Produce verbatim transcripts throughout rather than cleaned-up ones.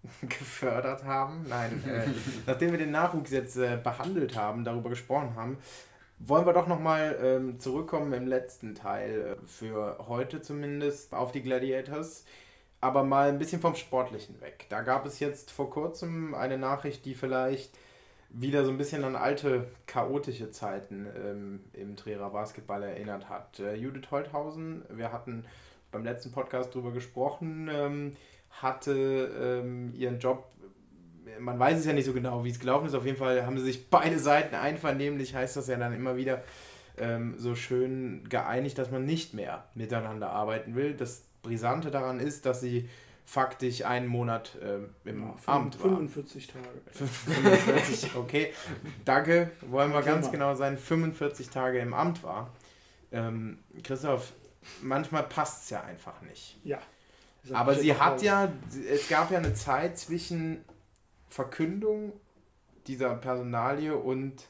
gefördert haben. Nein, äh, nachdem wir den Nachwuchs jetzt äh, behandelt haben, darüber gesprochen haben, wollen wir doch nochmal ähm, zurückkommen im letzten Teil, äh, für heute zumindest, auf die Gladiators, aber mal ein bisschen vom Sportlichen weg. Da gab es jetzt vor kurzem eine Nachricht, die vielleicht wieder so ein bisschen an alte, chaotische Zeiten ähm, im Trierer Basketball erinnert hat. Äh, Judith Holthausen, wir hatten beim letzten Podcast drüber gesprochen, ähm, hatte ähm, ihren Job, man weiß es ja nicht so genau, wie es gelaufen ist, auf jeden Fall haben sie sich beide Seiten einvernehmlich, heißt das ja dann immer wieder, ähm, so schön geeinigt, dass man nicht mehr miteinander arbeiten will. Das Brisante daran ist, dass sie faktisch einen Monat ähm, im ja, Amt war. fünfundvierzig Tage. fünfundvierzig, okay. Danke, wollen wir ganz genau sein, fünfundvierzig Tage im Amt war. Ähm, Christoph, manchmal passt es ja einfach nicht. Ja. Aber sie hat ja, es gab ja eine Zeit zwischen Verkündung dieser Personalie und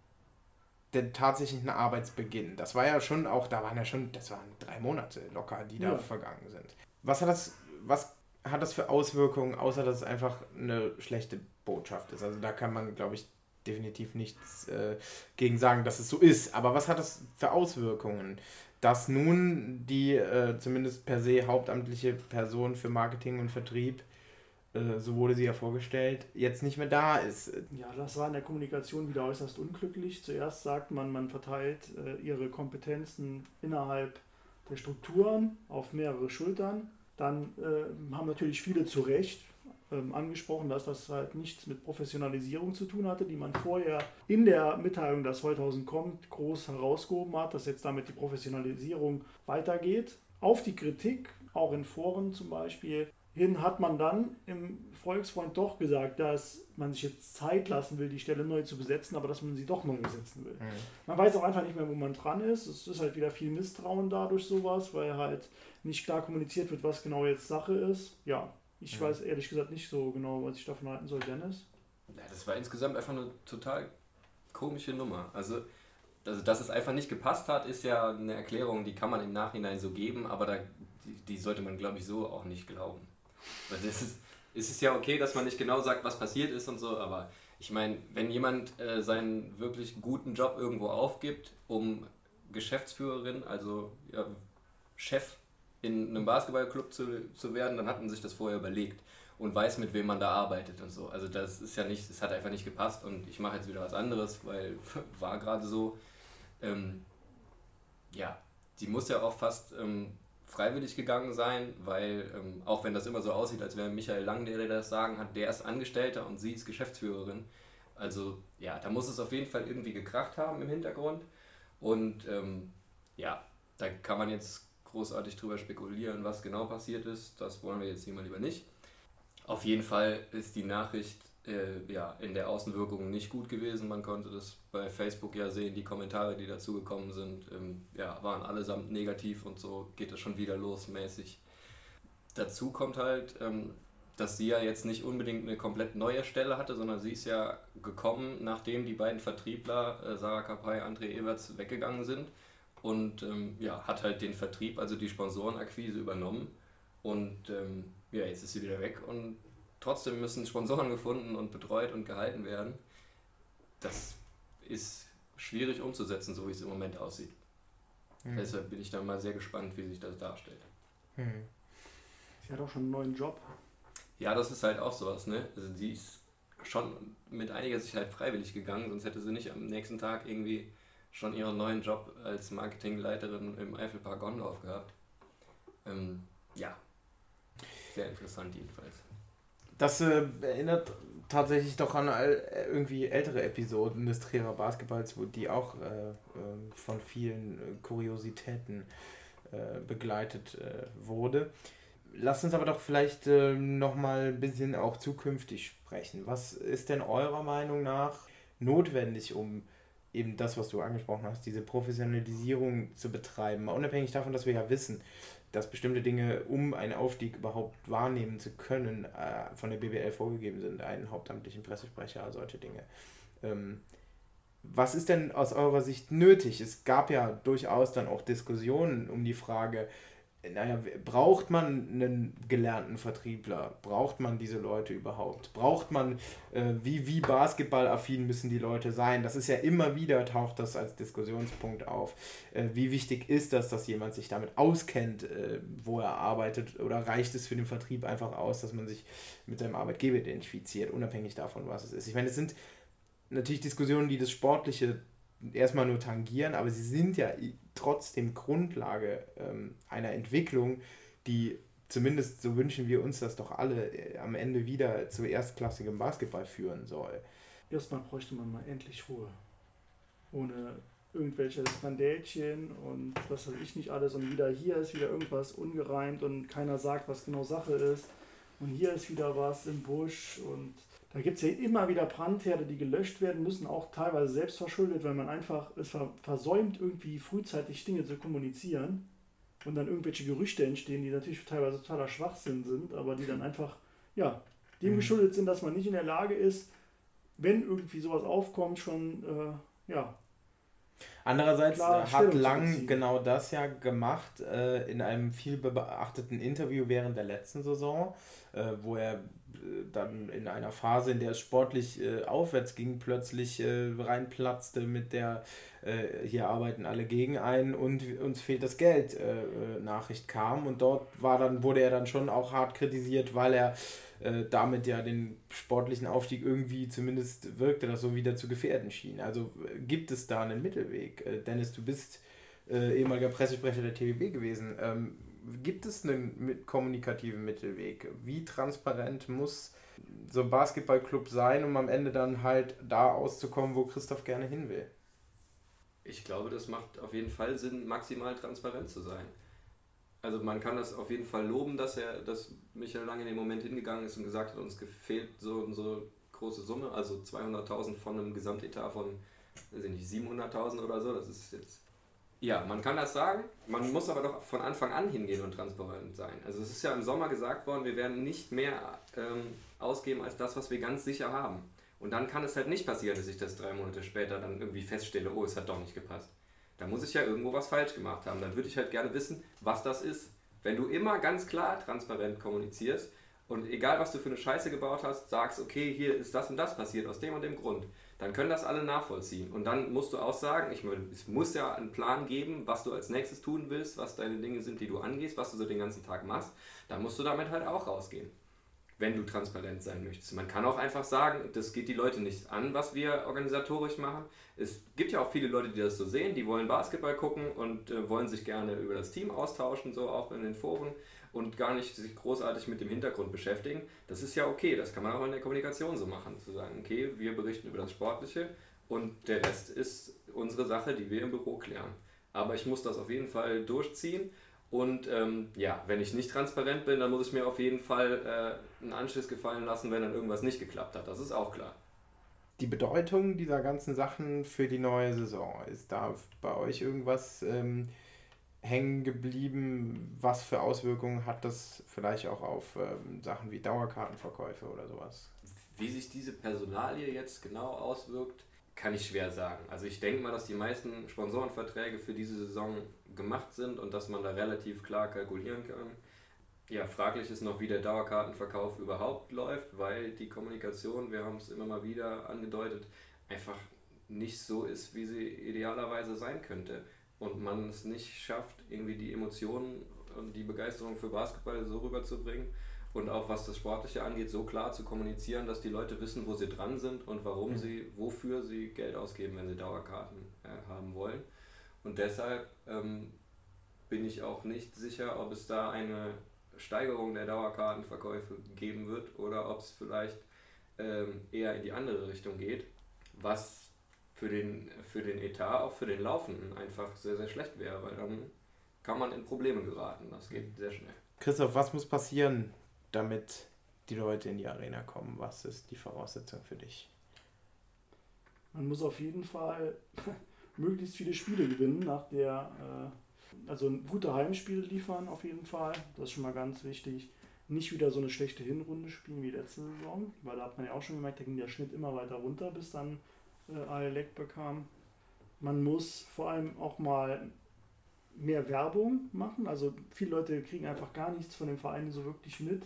den tatsächlichen Arbeitsbeginn. Das war ja schon auch, da waren ja schon, das waren drei Monate locker, die da ja. vergangen sind. Was hat das, was hat das für Auswirkungen, außer dass es einfach eine schlechte Botschaft ist? Also da kann man, glaube ich, definitiv nichts äh, gegen sagen, dass es so ist. Aber was hat das für Auswirkungen, dass nun die äh, zumindest per se hauptamtliche Person für Marketing und Vertrieb, äh, so wurde sie ja vorgestellt, jetzt nicht mehr da ist? Ja, das war in der Kommunikation wieder äußerst unglücklich. Zuerst sagt man, man verteilt äh, ihre Kompetenzen innerhalb der Strukturen auf mehrere Schultern. Dann äh, haben natürlich viele zu Recht ähm, angesprochen, dass das halt nichts mit Professionalisierung zu tun hatte, die man vorher in der Mitteilung, dass Holthausen kommt, groß herausgehoben hat, dass jetzt damit die Professionalisierung weitergeht. Auf die Kritik, auch in Foren zum Beispiel, hin hat man dann im Volksfreund doch gesagt, dass man sich jetzt Zeit lassen will, die Stelle neu zu besetzen, aber dass man sie doch neu besetzen will. Mhm. Man weiß auch einfach nicht mehr, wo man dran ist. Es ist halt wieder viel Misstrauen dadurch sowas, weil halt nicht klar kommuniziert wird, was genau jetzt Sache ist. Ja, ich mhm. weiß ehrlich gesagt nicht so genau, was ich davon halten soll, Dennis. Ja, das war insgesamt einfach eine total komische Nummer. Also, also, dass es einfach nicht gepasst hat, ist ja eine Erklärung, die kann man im Nachhinein so geben, aber da, die, die sollte man, glaube ich, so auch nicht glauben. Weil das ist, es ist ja okay, dass man nicht genau sagt, was passiert ist und so, aber ich meine, wenn jemand äh, seinen wirklich guten Job irgendwo aufgibt, um Geschäftsführerin, also ja, Chef in einem Basketballclub zu, zu werden, dann hat man sich das vorher überlegt und weiß, mit wem man da arbeitet und so. Also das ist ja nicht, es hat einfach nicht gepasst und ich mache jetzt wieder was anderes, weil war gerade so. Ähm, ja, die muss ja auch fast ähm, freiwillig gegangen sein, weil ähm, auch wenn das immer so aussieht, als wäre Michael Lang, der, der das sagen hat, der ist Angestellter und sie ist Geschäftsführerin. Also ja, da muss es auf jeden Fall irgendwie gekracht haben im Hintergrund und ähm, ja, da kann man jetzt großartig drüber spekulieren, was genau passiert ist. Das wollen wir jetzt hier mal lieber nicht. Auf jeden Fall ist die Nachricht äh, ja, in der Außenwirkung nicht gut gewesen. Man konnte das bei Facebook ja sehen, die Kommentare, die dazu gekommen sind, ähm, ja, waren allesamt negativ und so geht es schon wieder los mäßig. Dazu kommt halt, ähm, dass sie ja jetzt nicht unbedingt eine komplett neue Stelle hatte, sondern sie ist ja gekommen, nachdem die beiden Vertriebler, äh, Sarah Kapai, André Ewerts, weggegangen sind. Und ähm, ja, hat halt den Vertrieb, also die Sponsorenakquise übernommen. Und ähm, ja, jetzt ist sie wieder weg und trotzdem müssen Sponsoren gefunden und betreut und gehalten werden. Das ist schwierig umzusetzen, so wie es im Moment aussieht. Mhm. Deshalb bin ich dann mal sehr gespannt, wie sich das darstellt. Mhm. Sie hat auch schon einen neuen Job. Ja, das ist halt auch sowas, ne? Also sie ist schon mit einiger Sicherheit freiwillig gegangen, sonst hätte sie nicht am nächsten Tag irgendwie schon ihren neuen Job als Marketingleiterin im Eifelpark Gondorf gehabt. Ähm, ja, sehr interessant jedenfalls. Das äh, erinnert tatsächlich doch an all, irgendwie ältere Episoden des Trierer Basketballs, wo die auch äh, äh, von vielen äh, Kuriositäten äh, begleitet äh, wurde. Lasst uns aber doch vielleicht äh, nochmal ein bisschen auch zukünftig sprechen. Was ist denn eurer Meinung nach notwendig, um eben das, was du angesprochen hast, diese Professionalisierung zu betreiben, unabhängig davon, dass wir ja wissen, dass bestimmte Dinge, um einen Aufstieg überhaupt wahrnehmen zu können, äh, von der B B L vorgegeben sind, einen hauptamtlichen Pressesprecher, solche Dinge. Ähm, was ist denn aus eurer Sicht nötig? Es gab ja durchaus dann auch Diskussionen um die Frage, naja, braucht man einen gelernten Vertriebler? Braucht man diese Leute überhaupt? Braucht man, äh, wie, wie basketballaffin müssen die Leute sein? Das ist ja immer wieder, taucht das als Diskussionspunkt auf. Äh, wie wichtig ist das, dass jemand sich damit auskennt, äh, wo er arbeitet? Oder reicht es für den Vertrieb einfach aus, dass man sich mit seinem Arbeitgeber identifiziert, unabhängig davon, was es ist? Ich meine, es sind natürlich Diskussionen, die das Sportliche erstmal nur tangieren, aber sie sind ja trotzdem Grundlage ähm, einer Entwicklung, die zumindest, so wünschen wir uns das doch alle, äh, am Ende wieder zu erstklassigem Basketball führen soll. Erstmal bräuchte man mal endlich Ruhe. Ohne irgendwelche Skandälchen und was weiß ich nicht alles und wieder hier ist wieder irgendwas ungereimt und keiner sagt, was genau Sache ist und hier ist wieder was im Busch und da gibt es ja immer wieder Brandherde, die gelöscht werden müssen, auch teilweise selbst verschuldet, weil man einfach es versäumt, irgendwie frühzeitig Dinge zu kommunizieren und dann irgendwelche Gerüchte entstehen, die natürlich teilweise totaler Schwachsinn sind, aber die dann einfach ja, dem mhm. geschuldet sind, dass man nicht in der Lage ist, wenn irgendwie sowas aufkommt, schon äh, ja. Andererseits klar, hat Lang genau das ja gemacht äh, in einem viel beachteten Interview während der letzten Saison, äh, wo er äh, dann in einer Phase, in der es sportlich äh, aufwärts ging, plötzlich äh, reinplatzte mit der äh, hier arbeiten alle gegen einen und uns fehlt das Geld äh, Nachricht kam und dort war dann, wurde er dann schon auch hart kritisiert, weil er äh, damit ja den sportlichen Aufstieg irgendwie zumindest wirkte, das so wieder zu gefährden schien. Also äh, gibt es da einen Mittelweg? Äh, Dennis, du bist äh, ehemaliger Pressesprecher der T B B gewesen. Ähm, gibt es einen mit kommunikativen Mittelweg? Wie transparent muss so ein Basketballclub sein, um am Ende dann halt da auszukommen, wo Christoph gerne hin will? Ich glaube, das macht auf jeden Fall Sinn, maximal transparent zu sein. Also man kann das auf jeden Fall loben, dass er, dass Michael Lang in dem Moment hingegangen ist und gesagt hat, uns fehlt so und so große Summe, also zweihunderttausend von einem Gesamtetat von, weiß ich nicht, siebenhunderttausend oder so, das ist jetzt... Ja, man kann das sagen, man muss aber doch von Anfang an hingehen und transparent sein. Also es ist ja im Sommer gesagt worden, wir werden nicht mehr ähm, ausgeben als das, was wir ganz sicher haben. Und dann kann es halt nicht passieren, dass ich das drei Monate später dann irgendwie feststelle, oh, es hat doch nicht gepasst. Da muss ich ja irgendwo was falsch gemacht haben. Dann würde ich halt gerne wissen, was das ist. Wenn du immer ganz klar transparent kommunizierst und egal, was du für eine Scheiße gebaut hast, sagst, okay, hier ist das und das passiert, aus dem und dem Grund, dann können das alle nachvollziehen. Und dann musst du auch sagen, ich meine, es muss ja einen Plan geben, was du als nächstes tun willst, was deine Dinge sind, die du angehst, was du so den ganzen Tag machst. Dann musst du damit halt auch rausgehen, wenn du transparent sein möchtest. Man kann auch einfach sagen, das geht die Leute nicht an, was wir organisatorisch machen. Es gibt ja auch viele Leute, die das so sehen, die wollen Basketball gucken und äh, wollen sich gerne über das Team austauschen, so auch in den Foren und gar nicht sich großartig mit dem Hintergrund beschäftigen. Das ist ja okay, das kann man auch in der Kommunikation so machen, zu sagen, okay, wir berichten über das Sportliche und der Rest ist unsere Sache, die wir im Büro klären. Aber ich muss das auf jeden Fall durchziehen. Und ähm, ja, wenn ich nicht transparent bin, dann muss ich mir auf jeden Fall äh, einen Anschluss gefallen lassen, wenn dann irgendwas nicht geklappt hat. Das ist auch klar. Die Bedeutung dieser ganzen Sachen für die neue Saison, ist da bei euch irgendwas ähm, hängen geblieben? Was für Auswirkungen hat das vielleicht auch auf ähm, Sachen wie Dauerkartenverkäufe oder sowas? Wie sich diese Personalie jetzt genau auswirkt, kann ich schwer sagen. Also ich denke mal, dass die meisten Sponsorenverträge für diese Saison gemacht sind und dass man da relativ klar kalkulieren kann. Ja, fraglich ist noch, wie der Dauerkartenverkauf überhaupt läuft, weil die Kommunikation, wir haben es immer mal wieder angedeutet, einfach nicht so ist, wie sie idealerweise sein könnte. Und man es nicht schafft, irgendwie die Emotionen und die Begeisterung für Basketball so rüberzubringen und auch was das Sportliche angeht, so klar zu kommunizieren, dass die Leute wissen, wo sie dran sind und warum mhm. sie, wofür sie Geld ausgeben, wenn sie Dauerkarten äh, haben wollen. Und deshalb ähm, bin ich auch nicht sicher, ob es da eine Steigerung der Dauerkartenverkäufe geben wird oder ob es vielleicht ähm, eher in die andere Richtung geht, was für den, für den Etat, auch für den Laufenden einfach sehr, sehr schlecht wäre, weil dann kann man in Probleme geraten. Das geht sehr schnell. Christoph, was muss passieren, damit die Leute in die Arena kommen? Was ist die Voraussetzung für dich? Man muss auf jeden Fall möglichst viele Spiele gewinnen, nach der, äh, also gute Heimspiele liefern auf jeden Fall, das ist schon mal ganz wichtig. Nicht wieder so eine schlechte Hinrunde spielen wie letzte Saison, weil da hat man ja auch schon gemerkt, da ging der Schnitt immer weiter runter, bis dann äh, alle Leck bekam. Man muss vor allem auch mal mehr Werbung machen. Also viele Leute kriegen einfach gar nichts von dem Verein so wirklich mit.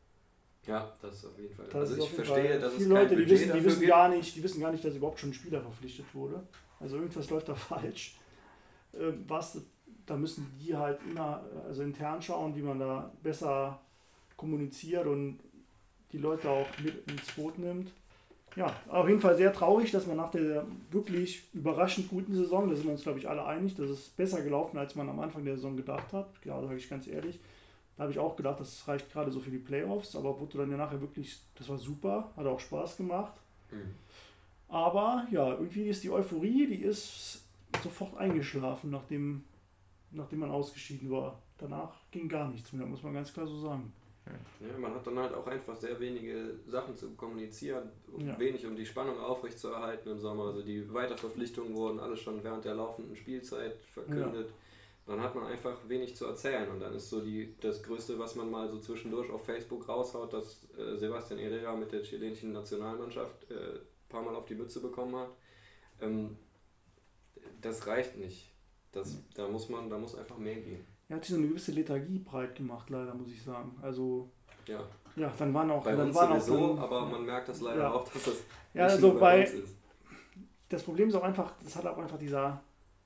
Ja, das ist auf jeden Fall. Das also ich auf jeden verstehe, Fall. dass viele es kein Leute, die Budget wissen, die dafür wissen gibt. gar nicht, die wissen gar nicht, dass überhaupt schon ein Spieler verpflichtet wurde. Also irgendwas läuft da falsch. Äh, was, da müssen die halt inner, also intern schauen, wie man da besser kommuniziert und die Leute auch mit ins Boot nimmt. Ja, auf jeden Fall sehr traurig, dass man nach der wirklich überraschend guten Saison, da sind wir uns glaube ich alle einig, das ist besser gelaufen, als man am Anfang der Saison gedacht hat. Ja, sage ich ganz ehrlich. Da habe ich auch gedacht, das reicht gerade so für die Playoffs, aber wurde dann ja nachher wirklich, das war super, hat auch Spaß gemacht. Mhm. Aber ja, irgendwie ist die Euphorie, die ist sofort eingeschlafen, nachdem, nachdem man ausgeschieden war. Danach ging gar nichts mehr, muss man ganz klar so sagen. Ja, man hat dann halt auch einfach sehr wenige Sachen zu kommunizieren, Ja. wenig um die Spannung aufrechtzuerhalten im Sommer. Also die Weiterverpflichtungen wurden alle schon während der laufenden Spielzeit verkündet. Ja. Dann hat man einfach wenig zu erzählen und dann ist so die, das Größte, was man mal so zwischendurch auf Facebook raushaut, dass äh, Sebastián Herrera mit der chilenischen Nationalmannschaft äh, ein paar Mal auf die Mütze bekommen hat. Ähm, das reicht nicht. Das, da muss man, da muss einfach mehr gehen. Er hat sich so eine gewisse Lethargie breit gemacht, leider, muss ich sagen. Also, ja, ja dann waren auch... bei dann uns waren sowieso, auch dann, aber man merkt das leider ja. auch, dass das ja, nicht also nur bei, bei uns ist. Das Problem ist auch einfach, das hat auch einfach dieser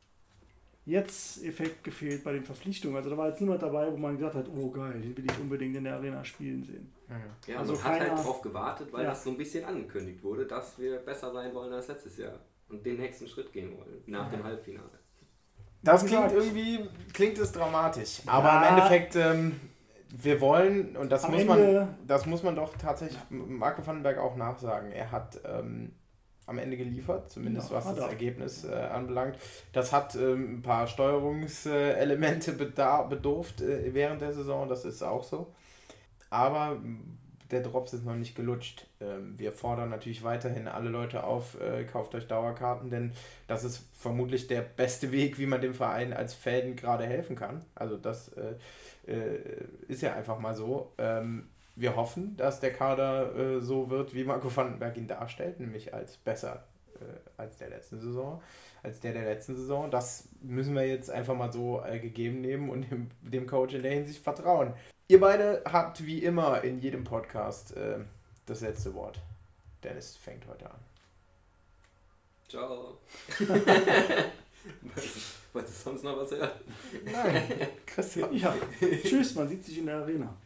Jetzt-Effekt gefehlt bei den Verpflichtungen. Also da war jetzt niemand dabei, wo man gesagt hat, oh geil, den will ich unbedingt in der Arena spielen sehen. Ja, also man keiner, hat halt drauf gewartet, weil ja. das so ein bisschen angekündigt wurde, dass wir besser sein wollen als letztes Jahr und den nächsten Schritt gehen wollen, nach ja. dem Halbfinale. Das klingt irgendwie, klingt es dramatisch, aber ja. im Endeffekt, ähm, wir wollen, und das muss, man, das muss man doch tatsächlich Marco Vandenberg auch nachsagen, er hat ähm, am Ende geliefert, zumindest ja, was das er. Ergebnis äh, anbelangt. Das hat ähm, ein paar Steuerungselemente bedar- bedurft äh, während der Saison, das ist auch so, aber der Drops ist noch nicht gelutscht. Ähm, wir fordern natürlich weiterhin alle Leute auf, äh, kauft euch Dauerkarten, denn das ist vermutlich der beste Weg, wie man dem Verein als Fan gerade helfen kann. Also das äh, äh, ist ja einfach mal so. Ähm, wir hoffen, dass der Kader äh, so wird, wie Marco Vandenberg ihn darstellt, nämlich als besser äh, als der letzten Saison, als der der letzten Saison. Das müssen wir jetzt einfach mal so äh, gegeben nehmen und dem, dem Coach in der Hinsicht vertrauen. Ihr beide habt wie immer in jedem Podcast äh, das letzte Wort. Dennis fängt heute an. Ciao. Wolltest du sonst noch was hören? Nein. Christian. Ja. Tschüss, man sieht sich in der Arena.